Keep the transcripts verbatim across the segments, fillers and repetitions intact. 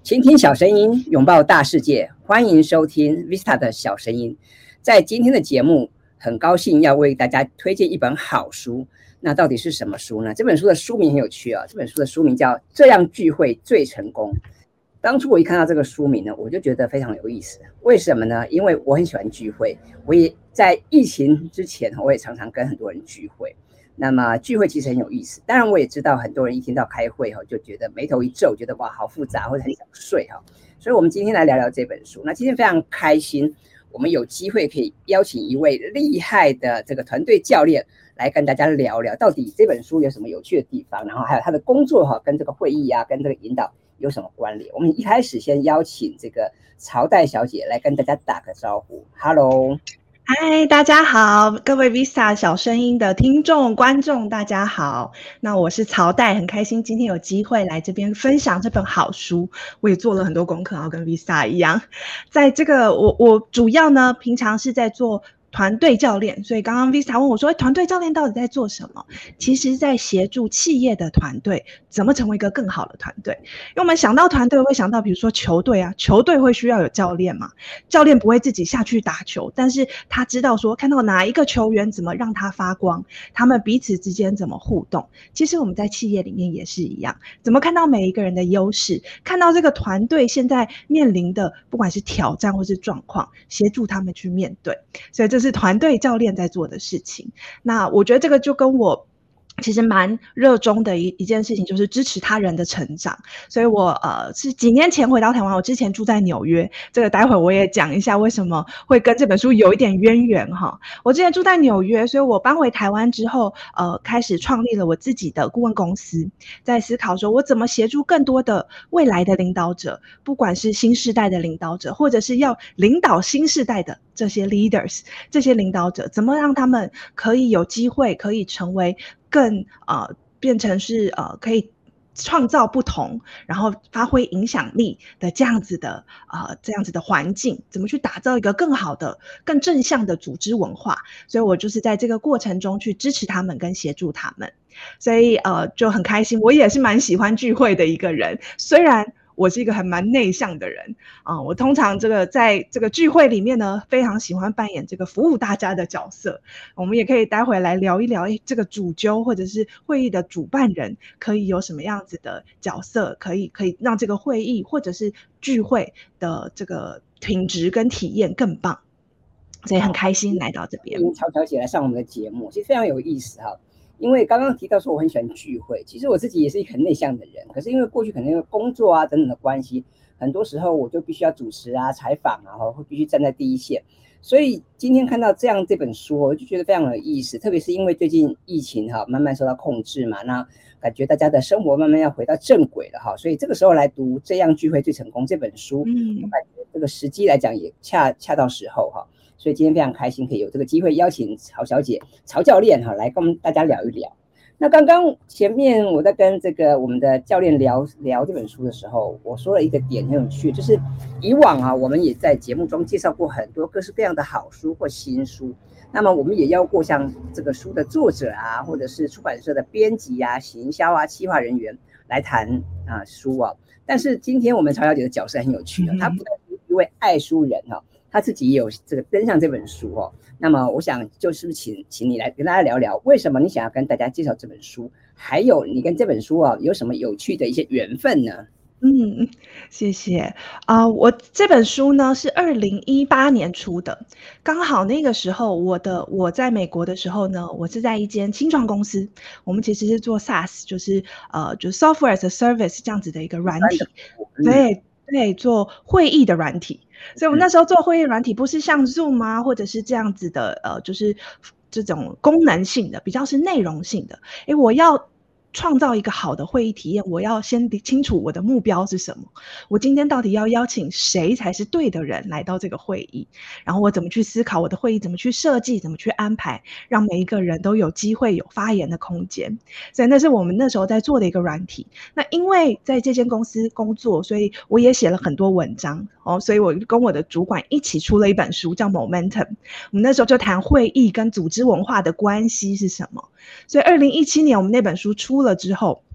倾听小声音，拥抱大世界，欢迎收听 Vista 的小声音。在今天的节目，很高兴要为大家推荐一本好书。那到底是什么书呢？这本书的书名很有趣啊，这本书的书名叫《这样聚会最成功》。当初我一看到这个书名呢，我就觉得非常有意思。为什么呢？因为我很喜欢聚会，我也在疫情之前，我也常常跟很多人聚会。那么聚会其实很有意思，当然我也知道很多人一听到开会就觉得眉头一皱，觉得哇好复杂，或者很想睡。所以我们今天来聊聊这本书。那今天非常开心，我们有机会可以邀请一位厉害的这个团队教练来跟大家聊聊，到底这本书有什么有趣的地方，然后还有他的工作跟这个会议啊，跟这个引导有什么关联。我们一开始先邀请这个曹代小姐来跟大家打个招呼。 Hello。 嗨，大家好，各位 Vista 小声音的听众观众大家好，那我是曹代，很开心今天有机会来这边分享这本好书。我也做了很多功课，然后跟 Vista 一样，在这个我我主要呢平常是在做团队教练，所以刚刚 Vista 问我说团队教练到底在做什么，其实在协助企业的团队怎么成为一个更好的团队。因为我们想到团队会想到比如说球队啊，球队会需要有教练嘛，教练不会自己下去打球，但是他知道说看到哪一个球员怎么让他发光，他们彼此之间怎么互动。其实我们在企业里面也是一样，怎么看到每一个人的优势，看到这个团队现在面临的不管是挑战或是状况，协助他们去面对。所以这是团队教练在做的事情。那我觉得这个就跟我其实蛮热衷的一一件事情，就是支持他人的成长。所以我呃是几年前回到台湾，我之前住在纽约，这个待会我也讲一下为什么会跟这本书有一点渊源哈。我之前住在纽约，所以我搬回台湾之后，呃开始创立了我自己的顾问公司，在思考说我怎么协助更多的未来的领导者，不管是新世代的领导者，或者是要领导新世代的这些 leaders， 这些领导者怎么让他们可以有机会可以成为更呃变成是呃可以创造不同，然后发挥影响力的这样子的呃这样子的环境，怎么去打造一个更好的更正向的组织文化。所以我就是在这个过程中去支持他们跟协助他们，所以呃就很开心。我也是蛮喜欢聚会的一个人，虽然我是一个还蛮内向的人啊、呃，我通常这个在这个聚会里面呢，非常喜欢扮演这个服务大家的角色。我们也可以待会来聊一聊，诶，这个主揪或者是会议的主办人可以有什么样子的角色，可以可以让这个会议或者是聚会的这个品质跟体验更棒。所以很开心来到这边。 曹小姐来上我们的节目，其实非常有意思哈。因为刚刚提到说我很喜欢聚会，其实我自己也是一个很内向的人，可是因为过去可能因为工作啊等等的关系，很多时候我就必须要主持啊、采访啊，会必须站在第一线。所以今天看到这样这本书，我就觉得非常有意思，特别是因为最近疫情哈慢慢受到控制嘛，那感觉大家的生活慢慢要回到正轨了哈，所以这个时候来读《这样聚会最成功》这本书，嗯，我感觉这个时机来讲也恰恰到时候哈。所以今天非常开心可以有这个机会邀请曹小姐、曹教练哈来跟我们大家聊一聊。那刚刚前面我在跟这个我们的教练聊聊这本书的时候，我说了一个点很有趣，就是以往啊我们也在节目中介绍过很多各式各样的好书或新书，那么我们也邀过像这个书的作者啊，或者是出版社的编辑啊、行销啊、企划人员来谈啊书啊。但是今天我们曹小姐的角色很有趣啊，她不但是一位爱书人哈、啊。他自己也有这个登上这本书哦，那么我想就是请请你来跟大家聊聊，为什么你想要跟大家介绍这本书，还有你跟这本书啊有什么有趣的一些缘分呢？ 嗯，谢谢啊、呃。我这本书呢是二零一八年出的，刚好那个时候我的我在美国的时候呢，我是在一间新创公司，我们其实是做 SaaS， 就是呃就是 Software as a Service 这样子的一个软体，嗯、对对，做会议的软体。所以我们那时候做会议软体不是像 Zoom 啊，或者是这样子的，呃，就是这种功能性的，比较是内容性的。诶，我要创造一个好的会议体验，我要先清楚我的目标是什么，我今天到底要邀请谁才是对的人来到这个会议，然后我怎么去思考我的会议怎么去设计，怎么去安排，让每一个人都有机会有发言的空间。所以那是我们那时候在做的一个软体。那因为在这间公司工作，所以我也写了很多文章哦，所以我跟我的主管一起出了一本书叫 Momentum， 我们那时候就谈会议跟组织文化的关系是什么。所以二零一七年我们那本书出了之后，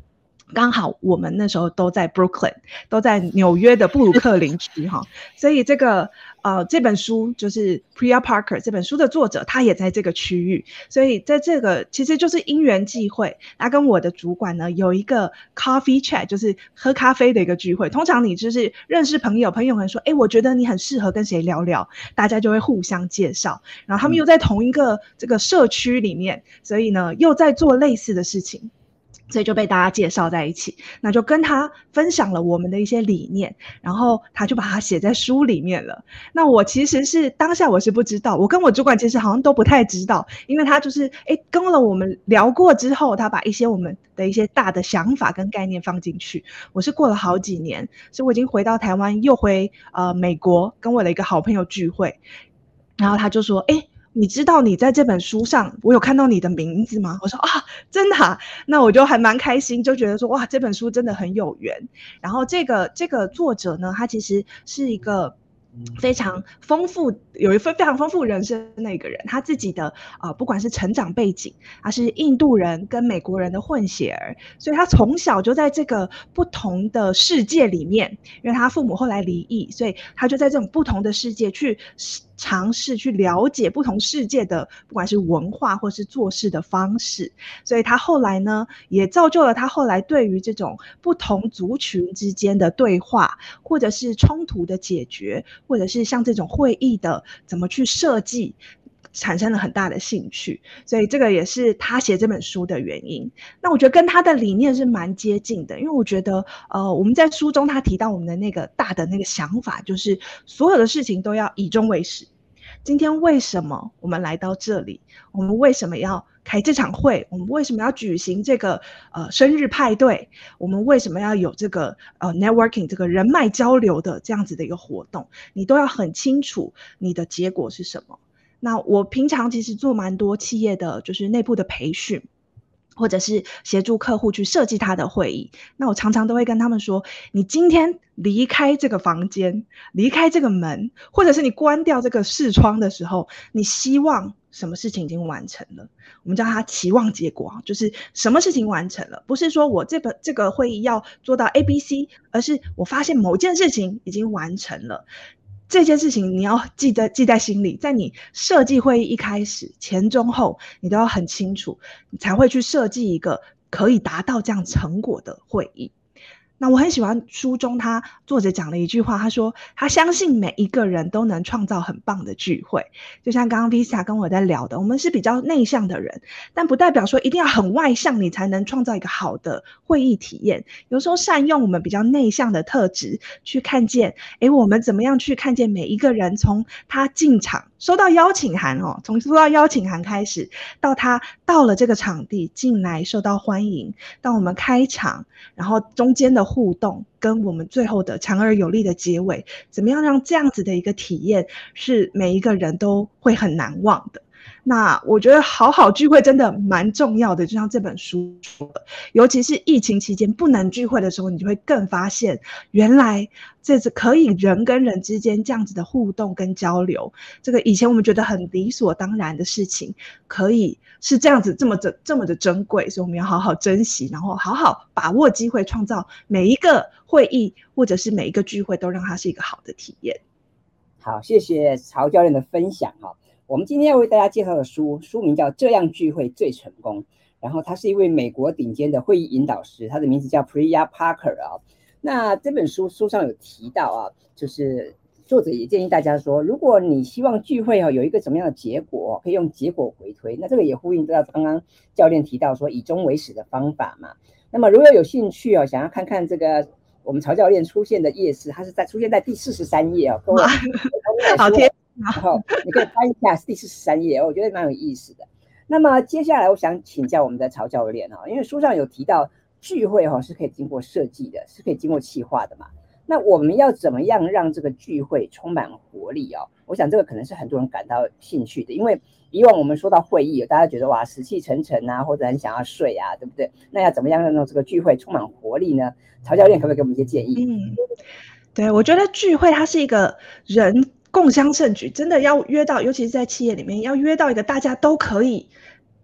刚好我们那时候都在 Brooklyn， 都在纽约的布鲁克林区哈，所以这个呃这本书就是 Priya Parker 这本书的作者，他也在这个区域，所以在这个其实就是因缘际会，他跟我的主管呢有一个 coffee chat， 就是喝咖啡的一个聚会。通常你就是认识朋友，朋友可能说，哎，我觉得你很适合跟谁聊聊，大家就会互相介绍，然后他们又在同一个这个社区里面，所以呢又在做类似的事情。所以就被大家介绍在一起，那就跟他分享了我们的一些理念，然后他就把它写在书里面了。那我其实是当下我是不知道，我跟我主管其实好像都不太知道，因为他就是诶跟了我们聊过之后，他把一些我们的一些大的想法跟概念放进去。我是过了好几年，所以我已经回到台湾，又回呃美国，跟我的一个好朋友聚会，然后他就说，诶你知道你在这本书上我有看到你的名字吗？我说啊，真的啊，那我就还蛮开心，就觉得说哇，这本书真的很有缘。然后这个这个作者呢，他其实是一个非常丰富，有一份非常丰富人生的一个人，他自己的呃，不管是成长背景，他是印度人跟美国人的混血儿，所以他从小就在这个不同的世界里面，因为他父母后来离异，所以他就在这种不同的世界去尝试去了解不同世界的不管是文化或是做事的方式，所以他后来呢也造就了他后来对于这种不同族群之间的对话，或者是冲突的解决，或者是像这种会议的怎么去设计，产生了很大的兴趣，所以这个也是他写这本书的原因。那我觉得跟他的理念是蛮接近的，因为我觉得呃，我们在书中他提到我们的那个大的那个想法，就是所有的事情都要以终为始。今天为什么我们来到这里？我们为什么要开这场会？我们为什么要举行这个呃生日派对？我们为什么要有这个呃 networking 这个人脉交流的这样子的一个活动？你都要很清楚你的结果是什么。那我平常其实做蛮多企业的就是内部的培训，或者是协助客户去设计他的会议，那我常常都会跟他们说，你今天离开这个房间，离开这个门，或者是你关掉这个视窗的时候，你希望什么事情已经完成了？我们叫它期望结果，就是什么事情完成了，不是说我这个这个会议要做到 A B C， 而是我发现某件事情已经完成了。这件事情你要记得记在心里，在你设计会议一开始前中后你都要很清楚，你才会去设计一个可以达到这样成果的会议。那我很喜欢书中他作者讲了一句话，他说他相信每一个人都能创造很棒的聚会，就像刚刚 Visa 跟我在聊的，我们是比较内向的人，但不代表说一定要很外向你才能创造一个好的会议体验。有时候善用我们比较内向的特质去看见，诶，我们怎么样去看见每一个人，从他进场收到邀请函哦，从收到邀请函开始，到他到了这个场地进来受到欢迎，到我们开场，然后中间的互动跟我们最后的强而有力的结尾，怎么样让这样子的一个体验是每一个人都会很难忘的。那我觉得好好聚会真的蛮重要的，就像这本书说的，尤其是疫情期间不能聚会的时候，你就会更发现原来这是可以人跟人之间这样子的互动跟交流，这个以前我们觉得很理所当然的事情，可以是这样子这么的这么的珍贵，所以我们要好好珍惜，然后好好把握机会，创造每一个会议或者是每一个聚会都让它是一个好的体验。 好，谢谢曹教练的分享哈。我们今天要为大家介绍的书，书名叫《这样聚会最成功》，然后他是一位美国顶尖的会议引导师，他的名字叫 Priya Parker 啊。那这本书书上有提到啊，就是作者也建议大家说，如果你希望聚会啊有一个什么样的结果，可以用结果回推。那这个也呼应到刚刚教练提到说以终为始的方法嘛。那么如果有兴趣哦，想要看看这个我们曹教练出现的页式，他是在出现在第四十三页哦，各位好贴。 然后你可以翻一下第四十三页，我觉得蛮有意思的。那么接下来我想请教我们的曹教练啊，因为书上有提到聚会哈是可以经过设计的，是可以经过企划的嘛。那我们要怎么样让这个聚会充满活力哦？我想这个可能是很多人感到兴趣的，因为以往我们说到会议，大家觉得哇死气沉沉啊，或者很想要睡啊，对不对？那要怎么样让这个聚会充满活力呢？曹教练可不可以给我们一些建议？ 嗯，对，我觉得聚会它是一个人共襄盛举，真的要约到，尤其是在企业里面，要约到一个大家都可以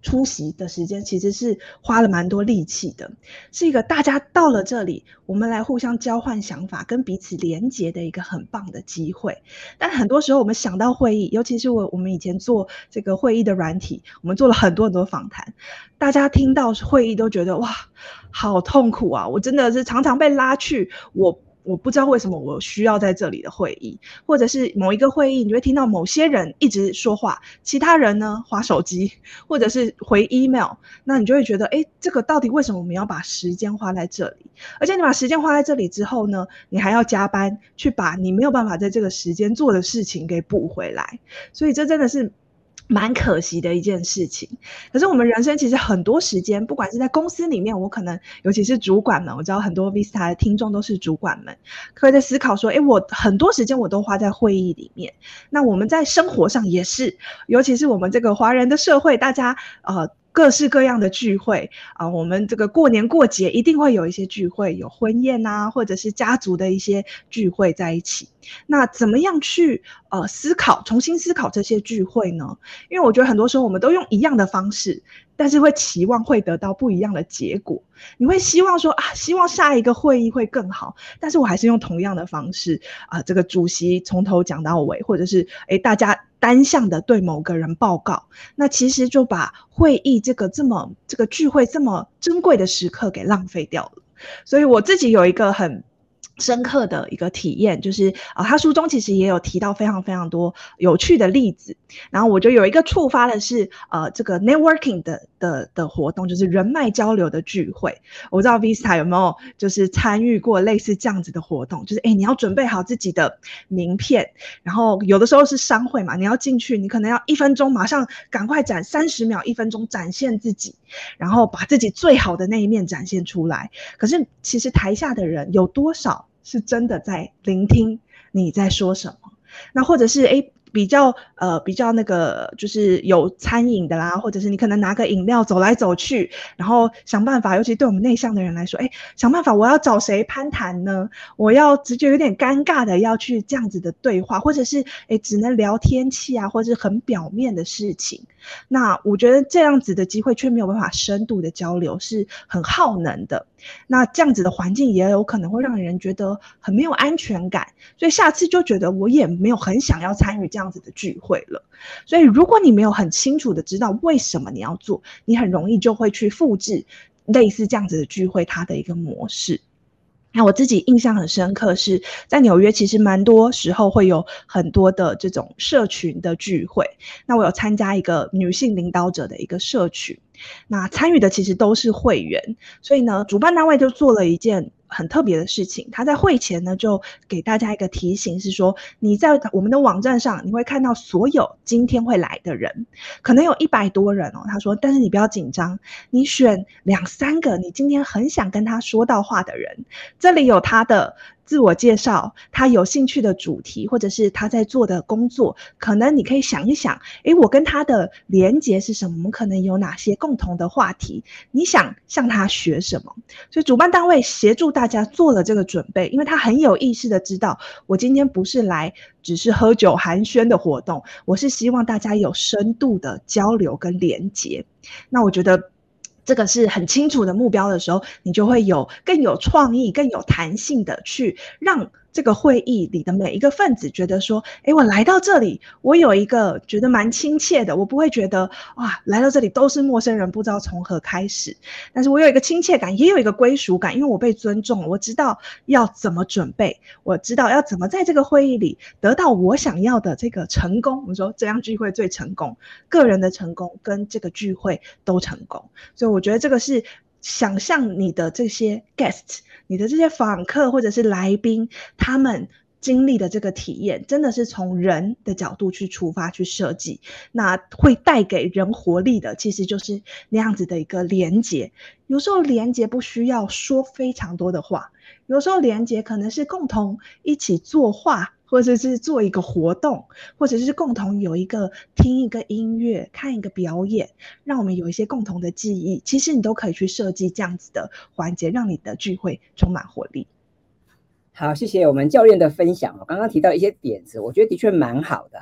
出席的时间其实是花了蛮多力气的，是一个大家到了这里，我们来互相交换想法，跟彼此连结的一个很棒的机会。但很多时候我们想到会议，尤其是我我们以前做这个会议的软体，我们做了很多很多访谈，大家听到会议都觉得哇，好痛苦啊！我真的是常常被拉去我。我不知道为什么我需要在这里的会议，或者是某一个会议，你会听到某些人一直说话，其他人呢滑手机，或者是回 email， 那你就会觉得，哎，这个到底为什么我们要把时间花在这里？而且你把时间花在这里之后呢，你还要加班去把你没有办法在这个时间做的事情给补回来，所以这真的是蛮可惜的一件事情。可是我们人生其实很多时间，不管是在公司里面，我可能尤其是主管们，我知道很多 Vista 的听众都是主管们，可以在思考说，诶，我很多时间我都花在会议里面。那我们在生活上也是，尤其是我们这个华人的社会，大家呃各式各样的聚会啊、呃，我们这个过年过节一定会有一些聚会，有婚宴啊，或者是家族的一些聚会在一起。那怎么样去呃思考，重新思考这些聚会呢？因为我觉得很多时候我们都用一样的方式，但是会期望会得到不一样的结果。你会希望说啊，希望下一个会议会更好，但是我还是用同样的方式啊、呃，这个主席从头讲到尾，或者是诶大家单向的对某个人报告，那其实就把会议这个这么这个聚会这么珍贵的时刻给浪费掉了。所以我自己有一个很深刻的一个体验，就是啊、呃，他书中其实也有提到非常非常多有趣的例子，然后我就有一个触发的是呃这个 networking 的的的活动，就是人脉交流的聚会。我不知道 Vista 有没有就是参与过类似这样子的活动，就是哎你要准备好自己的名片，然后有的时候是商会嘛，你要进去，你可能要一分钟马上赶快展三十秒，一分钟展现自己，然后把自己最好的那一面展现出来。可是其实台下的人有多少是真的在聆听你在说什么？那或者是诶比较呃比较那个就是有餐饮的啦，或者是你可能拿个饮料走来走去，然后想办法，尤其对我们内向的人来说，诶想办法我要找谁攀谈呢？我要直觉有点尴尬的要去这样子的对话，或者是诶只能聊天气啊，或者是很表面的事情。那我觉得这样子的机会却没有办法深度的交流，是很耗能的。那这样子的环境也有可能会让人觉得很没有安全感，所以下次就觉得我也没有很想要参与这样子的聚会了。所以如果你没有很清楚的知道为什么你要做，你很容易就会去复制类似这样子的聚会它的一个模式。那我自己印象很深刻是在纽约，其实蛮多时候会有很多的这种社群的聚会。那我有参加一个女性领导者的一个社群，那参与的其实都是会员，所以呢，主办单位就做了一件很特别的事情，他在会前呢就给大家一个提醒，是说你在我们的网站上你会看到所有今天会来的人，可能有一百多人哦。他说，但是你不要紧张，你选两三个你今天很想跟他说到话的人，这里有他的自我介绍，他有兴趣的主题，或者是他在做的工作，可能你可以想一想，诶，我跟他的连结是什么？我们可能有哪些共同的话题？你想向他学什么？所以主办单位协助大家做了这个准备，因为他很有意识的知道，我今天不是来只是喝酒寒暄的活动，我是希望大家有深度的交流跟连结。那我觉得这个是很清楚的目标的时候，你就会有更有创意、更有弹性的去让这个会议里的每一个分子觉得说，诶，我来到这里，我有一个觉得蛮亲切的，我不会觉得哇，来到这里都是陌生人，不知道从何开始。但是我有一个亲切感，也有一个归属感，因为我被尊重，我知道要怎么准备，我知道要怎么在这个会议里得到我想要的这个成功。我们说这样聚会最成功，个人的成功跟这个聚会都成功。所以我觉得这个是想象你的这些 guest， 你的这些访客或者是来宾，他们经历的这个体验真的是从人的角度去出发去设计，那会带给人活力的其实就是那样子的一个连结。有时候连结不需要说非常多的话，有时候连结可能是共同一起作画，或者是做一个活动，或者是共同有一个听一个音乐，看一个表演，让我们有一些共同的记忆，其实你都可以去设计这样子的环节，让你的聚会充满活力。 好，谢谢我们教练的分享。刚刚提到一些点子，我觉得的确蛮好的哈。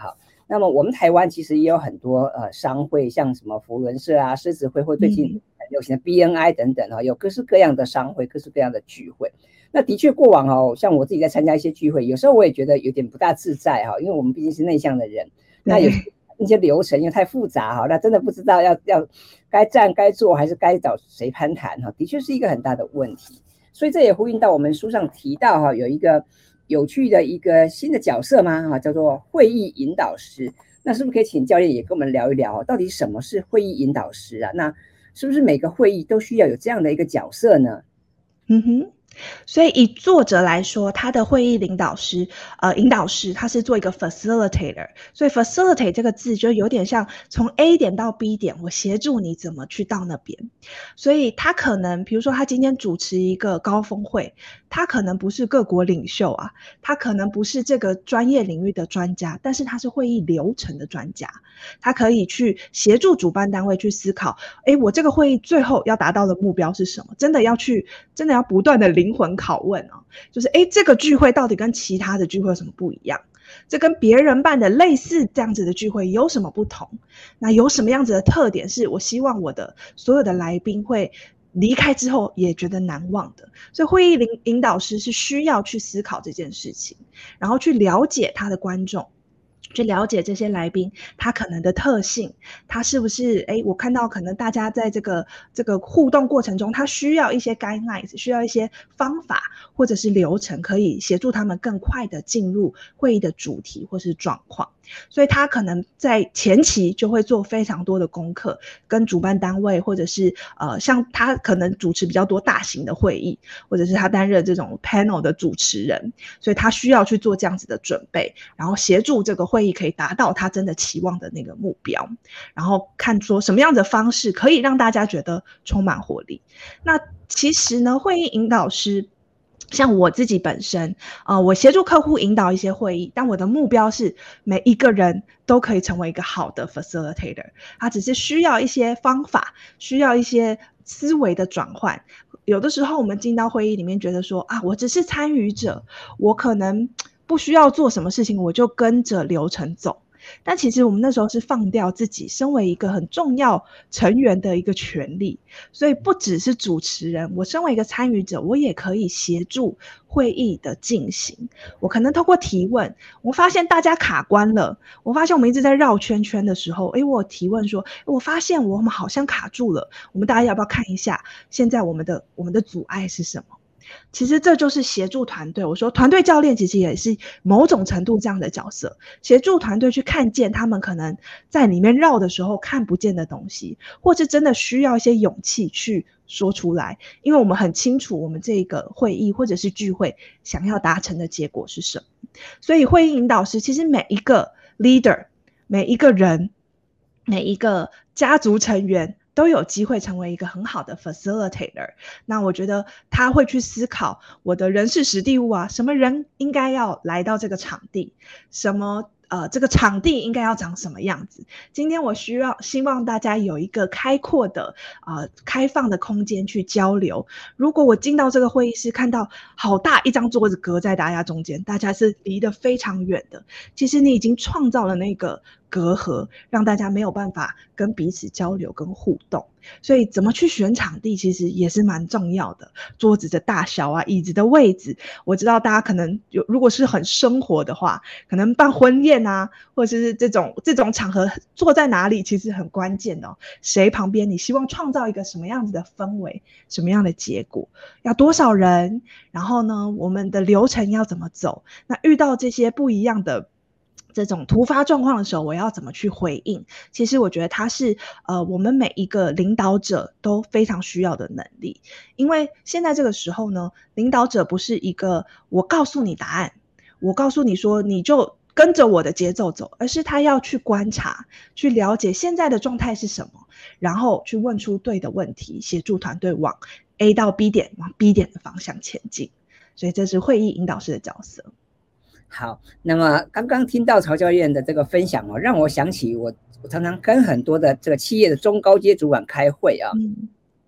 那么我们台湾其实也有很多呃商会，像什么福伦社啊、狮子会，或最近很流行的 B N I 等等啊，有各式各样的商会，各式各样的聚会。那的确过往哦，像我自己在参加一些聚会，有时候我也觉得有点不大自在哈，因为我们毕竟是内向的人，那有一些流程因为太复杂哈，那真的不知道要要该站该坐还是该找谁攀谈哈，的确是一个很大的问题。所以这也呼应到我们书上提到哈，有一个有趣的一个新的角色吗？哈，叫做会议引导师。那是不是可以请教练也跟我们聊一聊，到底什么是会议引导师啊？那是不是每个会议都需要有这样的一个角色呢？ 嗯哼。所以以作者来说，他的会议领导师，呃，引导师，他是做一个 facilitator。所以 facilitate 这个字就有点像从 A 点到 B 点，我协助你怎么去到那边。所以他可能，比如说他今天主持一个高峰会，他可能不是各国领袖啊，他可能不是这个专业领域的专家，但是他是会议流程的专家，他可以去协助主办单位去思考，诶，我这个会议最后要达到的目标是什么？真的要去，真的要不断的灵魂拷问哦，就是诶，这个聚会到底跟其他的聚会有什么不一样？这跟别人办的类似这样子的聚会有什么不同？那有什么样子的特点是我希望我的所有的来宾会离开之后也觉得难忘的？所以会议引导师是需要去思考这件事情，然后去了解他的观众，去了解这些来宾他可能的特性，他是不是诶我看到可能大家在这个这个互动过程中，他需要一些 guidelines， 需要一些方法或者是流程，可以协助他们更快的进入会议的主题或是状况。所以他可能在前期就会做非常多的功课，跟主办单位或者是呃，像他可能主持比较多大型的会议，或者是他担任这种 panel 的主持人，所以他需要去做这样子的准备，然后协助这个会议可以达到他真的期望的那个目标，然后看说什么样的方式可以让大家觉得充满活力。那其实呢，会议引导师像我自己本身，呃，我协助客户引导一些会议，但我的目标是每一个人都可以成为一个好的 facilitator， 他只是需要一些方法，需要一些思维的转换。有的时候我们进到会议里面觉得说啊，我只是参与者，我可能不需要做什么事情，我就跟着流程走。但其实我们那时候是放掉自己身为一个很重要成员的一个权利，所以不只是主持人，我身为一个参与者，我也可以协助会议的进行。我可能透过提问，我发现大家卡关了，我发现我们一直在绕圈圈的时候，诶，我提问说，我发现我们好像卡住了，我们大家要不要看一下现在我们的我们的阻碍是什么？其实这就是协助团队，我说团队教练其实也是某种程度这样的角色，协助团队去看见他们可能在里面绕的时候看不见的东西，或是真的需要一些勇气去说出来，因为我们很清楚我们这个会议或者是聚会想要达成的结果是什么。所以会议引导师其实每一个 leader， 每一个人，每一个家族成员都有机会成为一个很好的 facilitator。 那我觉得他会去思考我的人事时地物啊，什么人应该要来到这个场地，什么呃，这个场地应该要长什么样子。今天我需要希望大家有一个开阔的呃开放的空间去交流。如果我进到这个会议室看到好大一张桌子隔在大家中间，大家是离得非常远的，其实你已经创造了那个隔阂，让大家没有办法跟彼此交流跟互动。所以怎么去选场地其实也是蛮重要的，桌子的大小啊，椅子的位置，我知道大家可能有，如果是很生活的话，可能办婚宴啊，或者是这种这种场合坐在哪里其实很关键的哦。谁旁边，你希望创造一个什么样子的氛围，什么样的结果，要多少人，然后呢我们的流程要怎么走，那遇到这些不一样的这种突发状况的时候，我要怎么去回应？其实我觉得它是呃我们每一个领导者都非常需要的能力。因为现在这个时候呢，领导者不是一个我告诉你答案，我告诉你说你就跟着我的节奏走，而是他要去观察，去了解现在的状态是什么，然后去问出对的问题，协助团队往 A 到 B 点，往 B 点的方向前进。所以这是会议引导师的角色。 好，那么刚刚听到曹教练的这个分享哦，让我想起我我常常跟很多的这个企业的中高阶主管开会啊，嗯，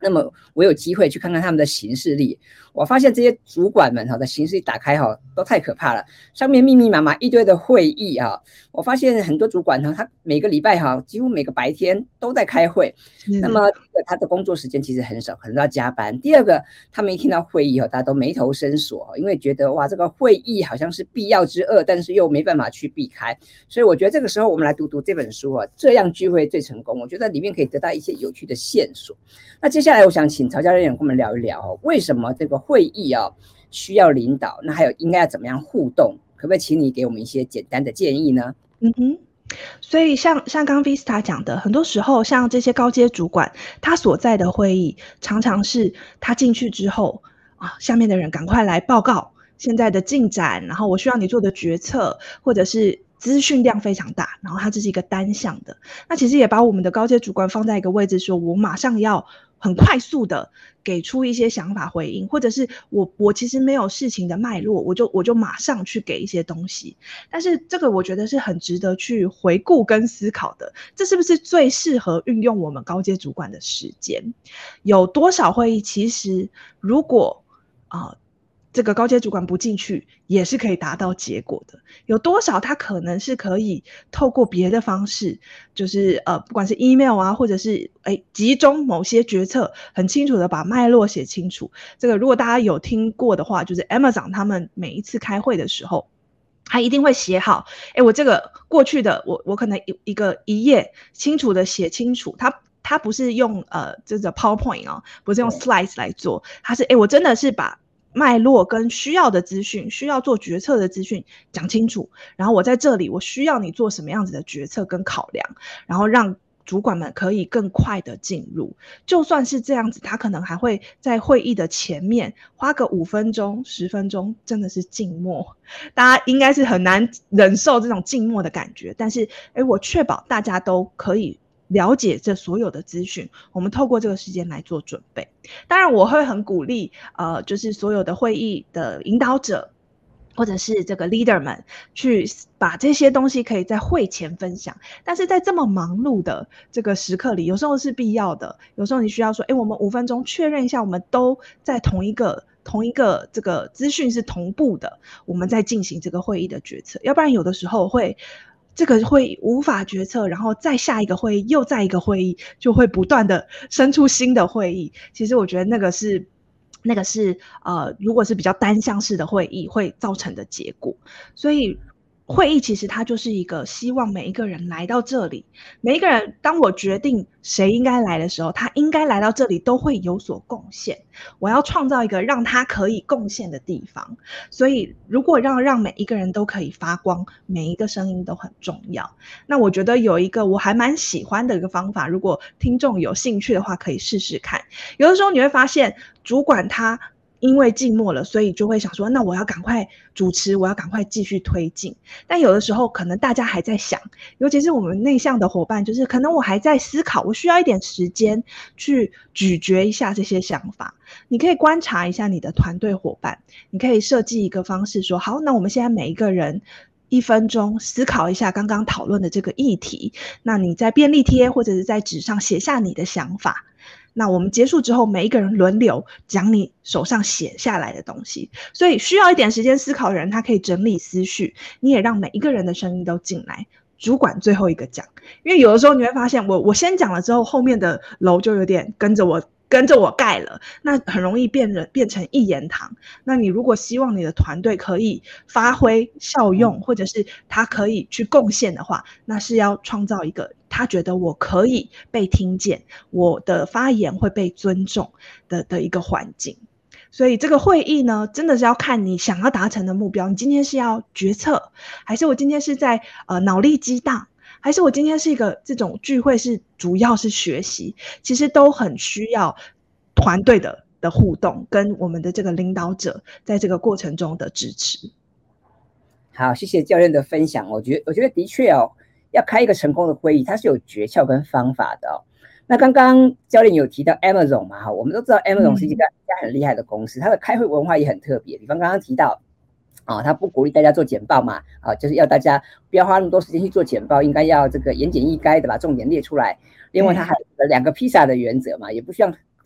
那么我有机会去看看他们的行事历，我发现这些主管们的行事历打开都太可怕了，上面密密麻麻一堆的会议，我发现很多主管他每个礼拜几乎每个白天都在开会，那么他的工作时间其实很少，可能都要加班。第二个，他们一听到会议大家都眉头深锁，因为觉得哇这个会议好像是必要之恶，但是又没办法去避开。所以我觉得这个时候我们来读读这本书，这样聚会最成功，我觉得里面可以得到一些有趣的线索。那接下来我想请曹教练跟我们聊一聊，为什么这个会议需要领导，那还有应该要怎么样互动，可不可以请你给我们一些简单的建议呢？ 嗯哼，所以像像刚 Vista 讲的，很多时候像这些高阶主管，他所在的会议常常是他进去之后啊，下面的人赶快来报告现在的进展，然后我需要你做的决策，或者是资讯量非常大，然后它这是一个单向的。那其实也把我们的高阶主管放在一个位置，说我马上要很快速的给出一些想法回应，或者是我我其实没有事情的脉络，我就我就马上去给一些东西。但是这个我觉得是很值得去回顾跟思考的，这是不是最适合运用我们高阶主管的时间？有多少会议其实如果啊、呃这个高阶主管不进去也是可以达到结果的，有多少他可能是可以透过别的方式，就是呃不管是 email 啊，或者是哎集中某些决策，很清楚的把脉络写清楚。这个如果大家有听过的话，就是 Amazon 他们每一次开会的时候，他一定会写好，哎我这个过去的我我可能一一个一页清楚的写清楚，他他不是用呃这个 PowerPoint 哦，不是用 slides 来做，他是哎我真的是把脉络跟需要的资讯，需要做决策的资讯讲清楚，然后我在这里我需要你做什么样子的决策跟考量，然后让主管们可以更快的进入。就算是这样子，他可能还会在会议的前面花个五分钟十分钟，真的是静默，大家应该是很难忍受这种静默的感觉，但是诶我确保大家都可以了解这所有的资讯，我们透过这个时间来做准备。当然我会很鼓励呃，就是所有的会议的引导者或者是这个 leader 们去把这些东西可以在会前分享，但是在这么忙碌的这个时刻里，有时候是必要的，有时候你需要说诶我们五分钟确认一下我们都在同一个同一个这个资讯是同步的，我们在进行这个会议的决策，要不然有的时候会这个会议无法决策，然后再下一个会议又再一个会议，就会不断的生出新的会议。其实我觉得那个是那个是呃，如果是比较单向式的会议会造成的结果。所以会议其实它就是一个希望每一个人来到这里，每一个人当我决定谁应该来的时候，他应该来到这里都会有所贡献，我要创造一个让他可以贡献的地方。所以如果让让每一个人都可以发光，每一个声音都很重要。那我觉得有一个我还蛮喜欢的一个方法，如果听众有兴趣的话可以试试看。有的时候你会发现主管他因为静默了，所以就会想说那我要赶快主持，我要赶快继续推进。但有的时候可能大家还在想，尤其是我们内向的伙伴，就是可能我还在思考，我需要一点时间去咀嚼一下这些想法。你可以观察一下你的团队伙伴，你可以设计一个方式说，好，那我们现在每一个人一分钟思考一下刚刚讨论的这个议题，那你在便利贴或者是在纸上写下你的想法，那我们结束之后每一个人轮流讲你手上写下来的东西。所以需要一点时间思考的人，他可以整理思绪，你也让每一个人的声音都进来，主管最后一个讲。因为有的时候你会发现我我先讲了之后，后面的楼就有点跟着我跟着我盖了，那很容易变成变成一言堂。那你如果希望你的团队可以发挥效用，或者是他可以去贡献的话，那是要创造一个他觉得我可以被听见，我的发言会被尊重的的一个环境。所以这个会议呢，真的是要看你想要达成的目标。你今天是要决策，还是我今天是在呃脑力激荡，还是我今天是一个这种聚会是主要是学习，其实都很需要团队的的互动，跟我们的这个领导者在这个过程中的支持。 好，谢谢教练的分享。我觉得我觉得的确哦，要开一个成功的会议，它是有诀窍跟方法的哦。那刚刚教练有提到 Amazon 嘛，我们都知道 Amazon 是一家很厉害的公司，它的开会文化也很特别。比方刚刚提到啊、哦，他不鼓励大家做简报嘛，啊、哦，就是要大家不要花那么多时间去做简报，应该要这个言简意赅的把重点列出来。另外，他还有两个披萨的原则嘛，也不需要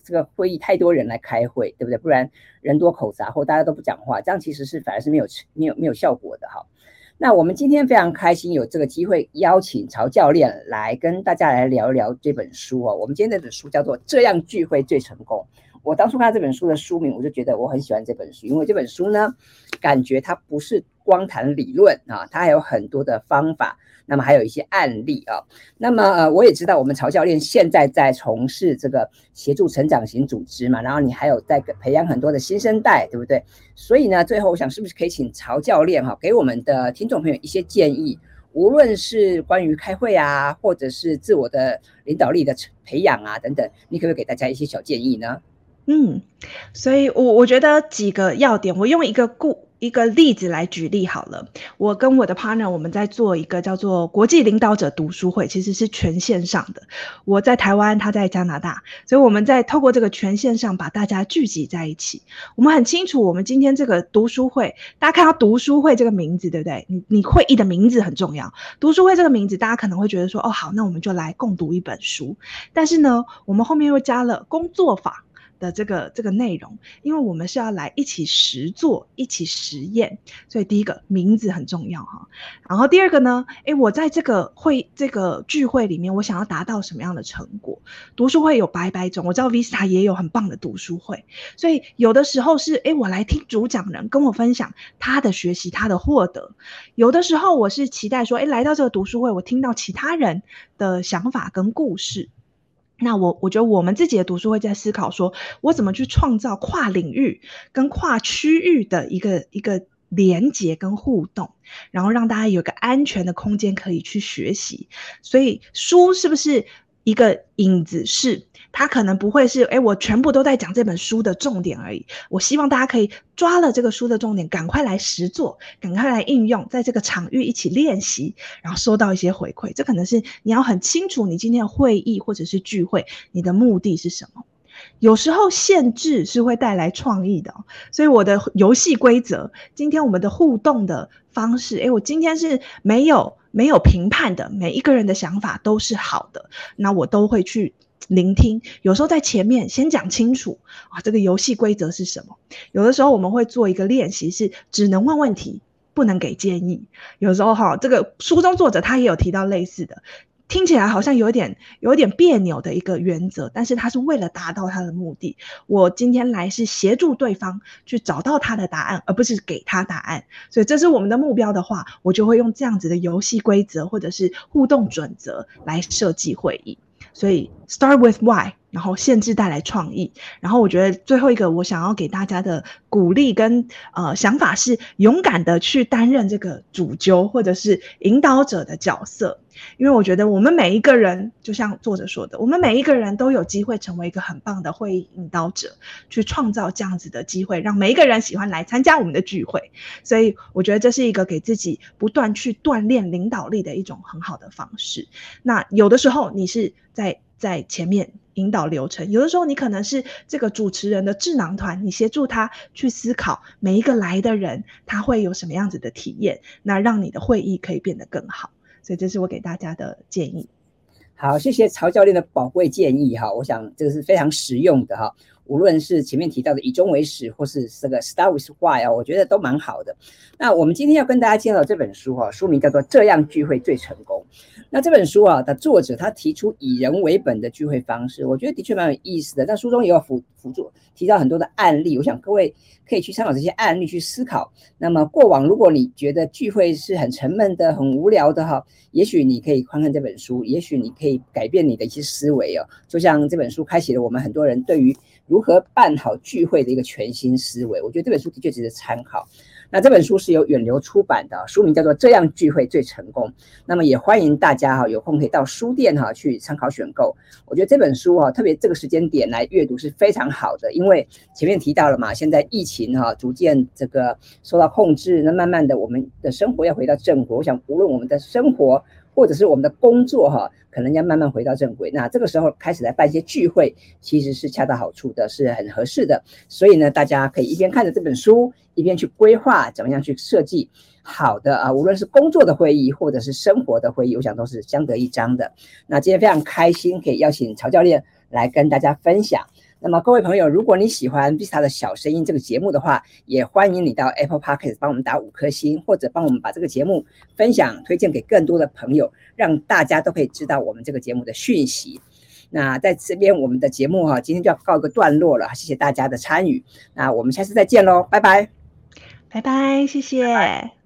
这个会议太多人来开会，对不对？不然人多口杂或大家都不讲话，这样其实是反而是没有没有没有效果的哈。那我们今天非常开心有这个机会邀请曹教练来跟大家来聊一聊这本书哦。我们今天这本书叫做《这样聚会最成功》。我当初看到这本书的书名，我就觉得我很喜欢这本书，因为这本书呢，感觉它不是光谈理论啊，它还有很多的方法，那么还有一些案例啊。那么呃，我也知道我们曹教练现在在从事这个协助成长型组织嘛，然后你还有在培养很多的新生代，对不对？所以呢，最后我想是不是可以请曹教练哈、啊，给我们的听众朋友一些建议，无论是关于开会啊，或者是自我的领导力的培养啊等等，你可不可以给大家一些小建议呢？ 嗯，所以我我觉得几个要点，我用一个故一个例子来举例好了。我跟我的 partner 我们在做一个叫做国际领导者读书会，其实是全线上的。我在台湾，他在加拿大，所以我们在透过这个全线上把大家聚集在一起。我们很清楚，我们今天这个读书会，大家看到读书会这个名字，对不对？你你会议的名字很重要。读书会这个名字，大家可能会觉得说，哦，好，那我们就来共读一本书。但是呢，我们后面又加了工作坊的这个这个内容，因为我们是要来一起实作，一起实验，所以第一个名字很重要哈。然后第二个呢，诶，我在这个会这个聚会里面，我想要达到什么样的成果？读书会有百百种，我知道 Vista 也有很棒的读书会，所以有的时候是诶，我来听主讲人跟我分享他的学习，他的获得；有的时候我是期待说，诶，来到这个读书会，我听到其他人的想法跟故事。那我我觉得我们自己的读书会在思考说，我怎么去创造跨领域跟跨区域的一个一个连结跟互动，然后让大家有个安全的空间可以去学习。所以书是不是一个引子式？它可能不会是，诶，我全部都在讲这本书的重点而已。我希望大家可以抓了这个书的重点，赶快来实作，赶快来应用，在这个场域一起练习，然后收到一些回馈。这可能是你要很清楚你今天的会议或者是聚会，你的目的是什么。有时候限制是会带来创意的、哦，所以我的游戏规则，今天我们的互动的方式，诶，我今天是没有没有评判的，每一个人的想法都是好的，那我都会去聆听。有时候在前面先讲清楚啊，这个游戏规则是什么。有的时候我们会做一个练习，是只能问问题，不能给建议。有时候哈，这个书中作者他也有提到类似的。听起来好像有一点有一点别扭的一个原则，但是他是为了达到他的目的。我今天来是协助对方去找到他的答案，而不是给他答案。所以这是我们的目标的话，我就会用这样子的游戏规则或者是互动准则来设计会议。所以 start with why， 然后限制带来创意。然后我觉得最后一个我想要给大家的鼓励跟呃想法是，勇敢的去担任这个主揪或者是引导者的角色。因为我觉得我们每一个人，就像作者说的，我们每一个人都有机会成为一个很棒的会议引导者，去创造这样子的机会，让每一个人喜欢来参加我们的聚会。所以我觉得这是一个给自己不断去锻炼领导力的一种很好的方式。那有的时候你是在在前面引导流程，有的时候你可能是这个主持人的智囊团，你协助他去思考每一个来的人他会有什么样子的体验，那让你的会议可以变得更好。所以这是我给大家的建议。 好，谢谢曹教练的宝贵建议哈，我想这个是非常实用的哈。无论是前面提到的以终为始，或是这个 Start with Why 啊，我觉得都蛮好的。那我们今天要跟大家介绍这本书哈，书名叫做《这样聚会最成功》。那这本书啊的作者他提出以人为本的聚会方式，我觉得的确蛮有意思的。但书中也有辅辅助提到很多的案例，我想各位可以去参考这些案例去思考。那么过往如果你觉得聚会是很沉闷的、很无聊的哈，也许你可以看看这本书，也许你可以改变你的一些思维哦。就像这本书开启了我们很多人对于如何办好聚会的一个全新思维，我觉得这本书的确值得参考。那这本书是由远流出版的，书名叫做《这样聚会最成功》。那么也欢迎大家哈有空可以到书店哈去参考选购。我觉得这本书哈，特别这个时间点来阅读是非常好的，因为前面提到了嘛，现在疫情哈逐渐这个受到控制，那慢慢的我们的生活要回到正轨。我想无论我们的生活或者是我们的工作哈，可能要慢慢回到正轨。那这个时候开始来办一些聚会，其实是恰到好处的，是很合适的。所以呢，大家可以一边看着这本书，一边去规划怎么样去设计好的啊，无论是工作的会议或者是生活的会议，我想都是相得益彰的。那今天非常开心可以邀请曹教练来跟大家分享。 那么各位朋友，如果你喜欢 Vista 的小声音这个节目的话，也欢迎你到 Apple Podcast 帮我们打五颗星，或者帮我们把这个节目分享推荐给更多的朋友，让大家都可以知道我们这个节目的讯息。那在这边我们的节目哈、啊，今天就要告一个段落了，谢谢大家的参与。那我们下次再见喽，拜拜， 拜拜，谢谢。拜拜。